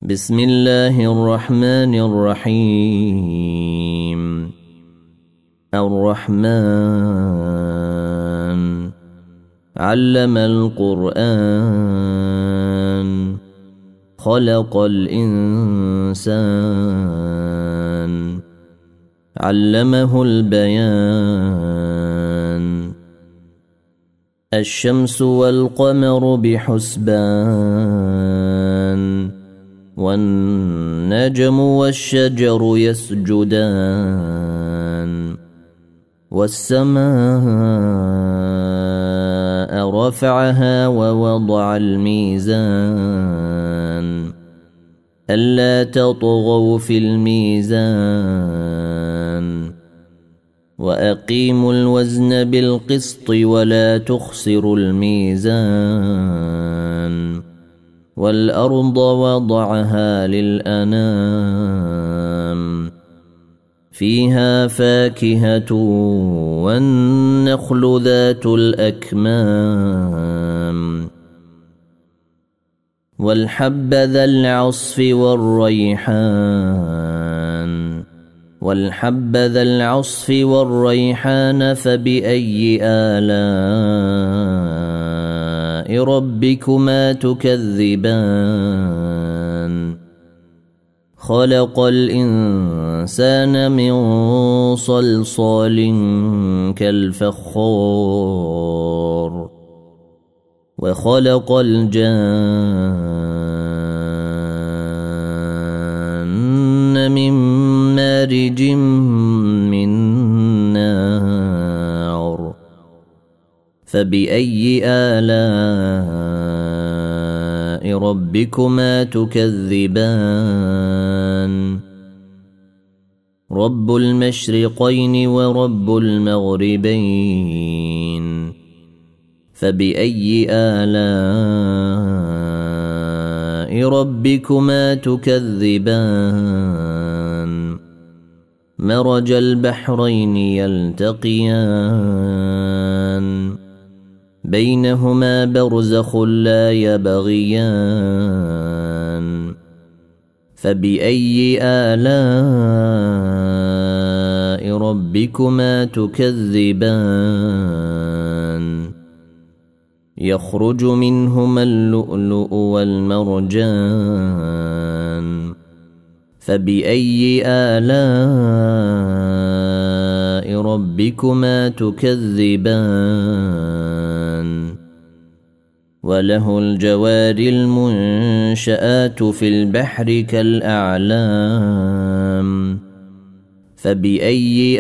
بسم الله الرحمن الرحيم. الرحمن علم القرآن خلق الإنسان علمه البيان. الشمس والقمر بحسبان والنجم والشجر يسجدان والسماء رفعها ووضع الميزان ألا تطغوا في الميزان وأقيموا الوزن بالقسط ولا تخسروا الميزان والأرض وضعها للأنام فيها فاكهة والنخل ذات الأكمام والحب ذا العصف والريحان فبأي آلاء ربكما تكذبان خلق الإنسان من صلصال كالفخار وخلق الجان من مارج من نار فبأي آلاء ربكما تكذبان رب المشرقين ورب المغربين فبأي آلاء ربكما تكذبان مرج البحرين يلتقيان بينهما برزخ لا يبغيان فبأي آلاء ربكما تكذبان يخرج منهما اللؤلؤ والمرجان فبأي آلاء ربكما تكذبان وله الجوار المنشآت في البحر كالأعلام فبأي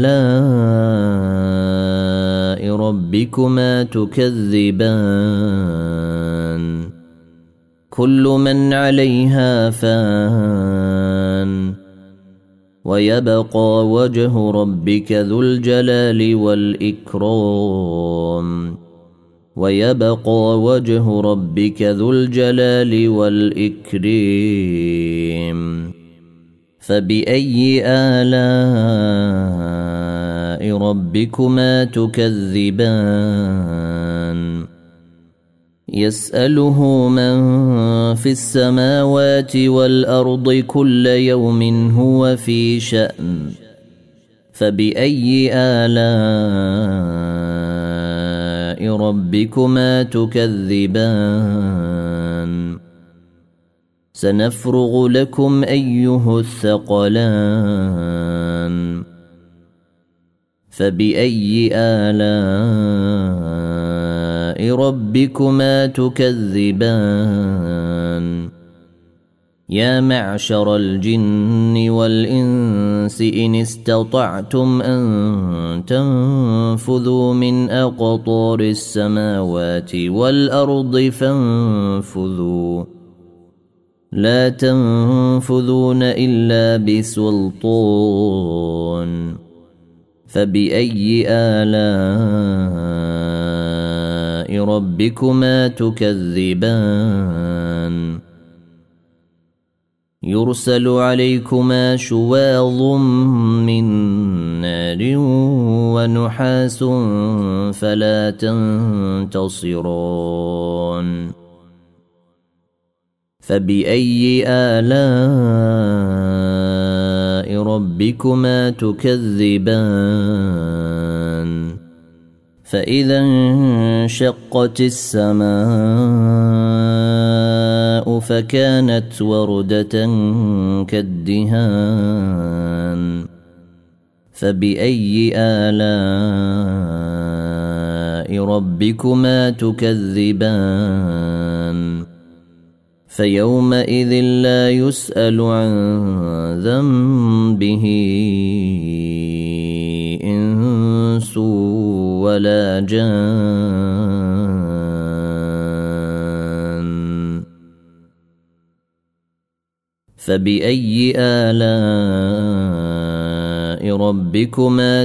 آلاء ربكما تكذبان كل من عليها فان ويبقى وجه ربك ذو الجلال والإكرام فبأي آلاء ربكما تكذبان يسأله من في السماوات والأرض كل يوم هو في شأن فبأي آلاء ربكما تكذبان سنفرغ لكم أيها الثقلان فبأي آلاء ربكما تكذبان يا معشر الجن والإنس إن استطعتم أن تنفذوا من أقطار السماوات والأرض فانفذوا لا تنفذون إلا بسلطان فبأي آلاء ربكما تكذبان يرسل عليكما شواظ من نار ونحاس فلا تنتصران فبأي آلاء ربكما تكذبان فإذا انشقت السماء فكانت وردة كالدهان فبأي آلاء ربكما تكذبان فيومئذ لا يسأل عن ذنبه إنس ولا جان فبأي آلاء ربكما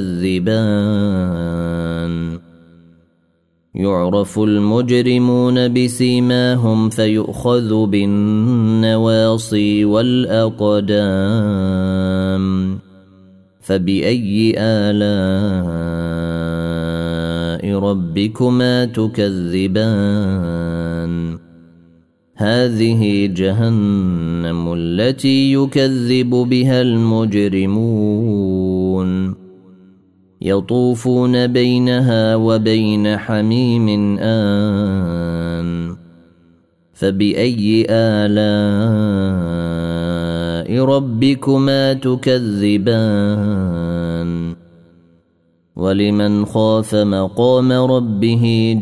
تكذبان يعرف المجرمون بسيماهم فيؤخذ بالنواصي والأقدام فبأي آلاء ربكما تكذبان هذه جهنم التي يكذب بها المجرمون يطوفون بينها وبين حميم آن فبأي آلاء ربكما تكذبان ولمن خاف مقام ربه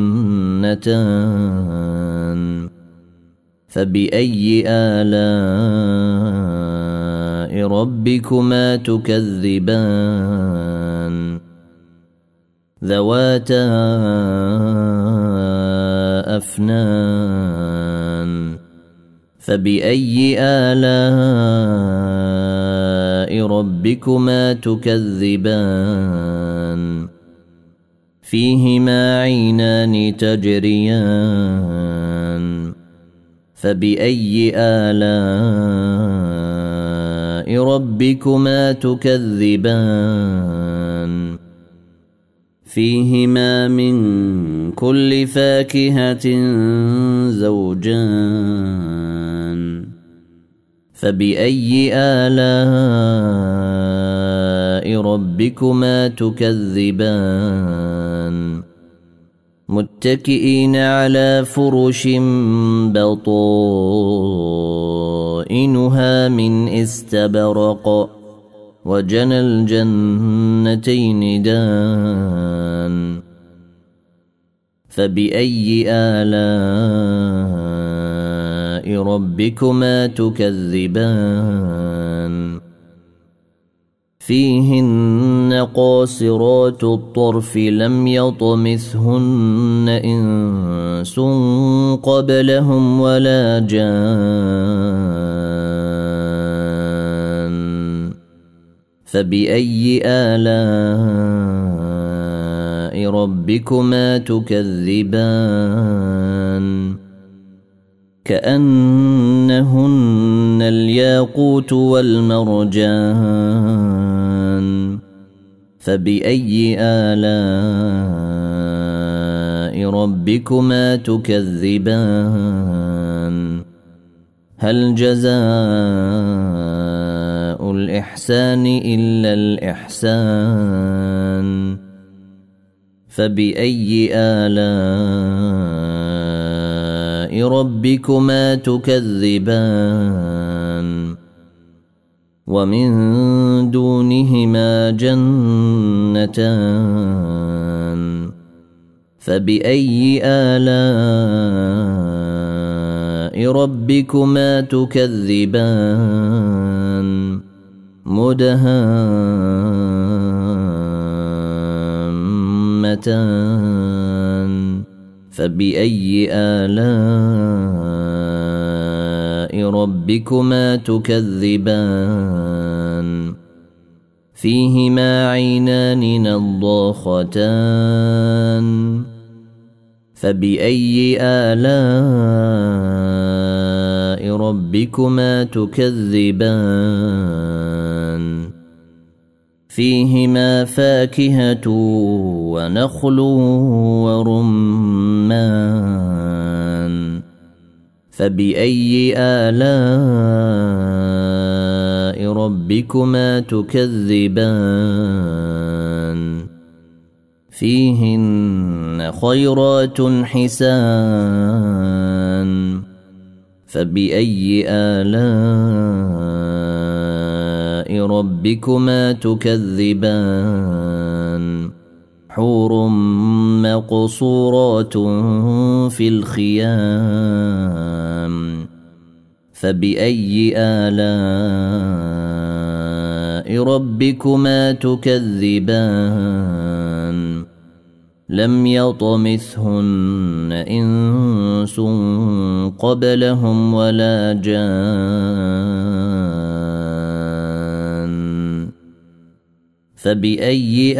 جنتان فبأي آلاء ربكما تكذبان ذواتا أفنان فبأي آلاء ربكما تكذبان فيهما عينان تجريان فبأي آلاء ربكما تكذبان فيهما من كل فاكهة زوجان فبأي آلاء ربكما تكذبان متكئين على فرش بطائنها من استبرق وجنى الجنتين دان فبأي آلاء ربكما تكذبان فيهن قاصرات الطرف لم يطمثهن إنس قبلهم ولا جان فبأي آلاء ربكما تكذبان كأنهن الياقوت والمرجان فبأي آلاء ربكما تكذبان هل جزاء الإحسان إلا الإحسان فبأي آلاء ربكما تكذبان ومن دونهما جنتان فبأي آلاء ربكما تكذبان مدهامتان فبأي آلاء ربكما تكذبان فيهما عينان نضاختان فبأي آلاء ربكما تكذبان فيهما فاكهة ونخل ورمان فبأي آلاء ربكما تكذبان فيهن خيرات حسان فبأي آلاء ربكما تكذبان حور مقصورات في الخيام فبأي آلاء ربكما تكذبان لم يطمثهن إنس قبلهم ولا جان فبأي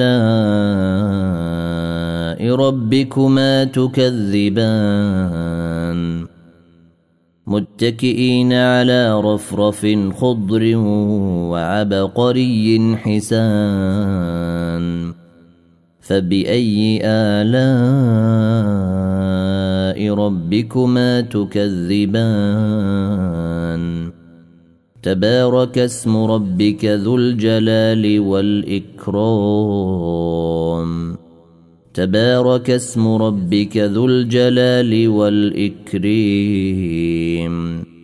آلاء ربكما تكذبان متكئين على رفرف خضر وعبقري حسان فبأي آلاء ربكما تكذبان تبارك اسم ربك ذو الجلال والإكرام تبارك اسم ربك ذو الجلال والإكرام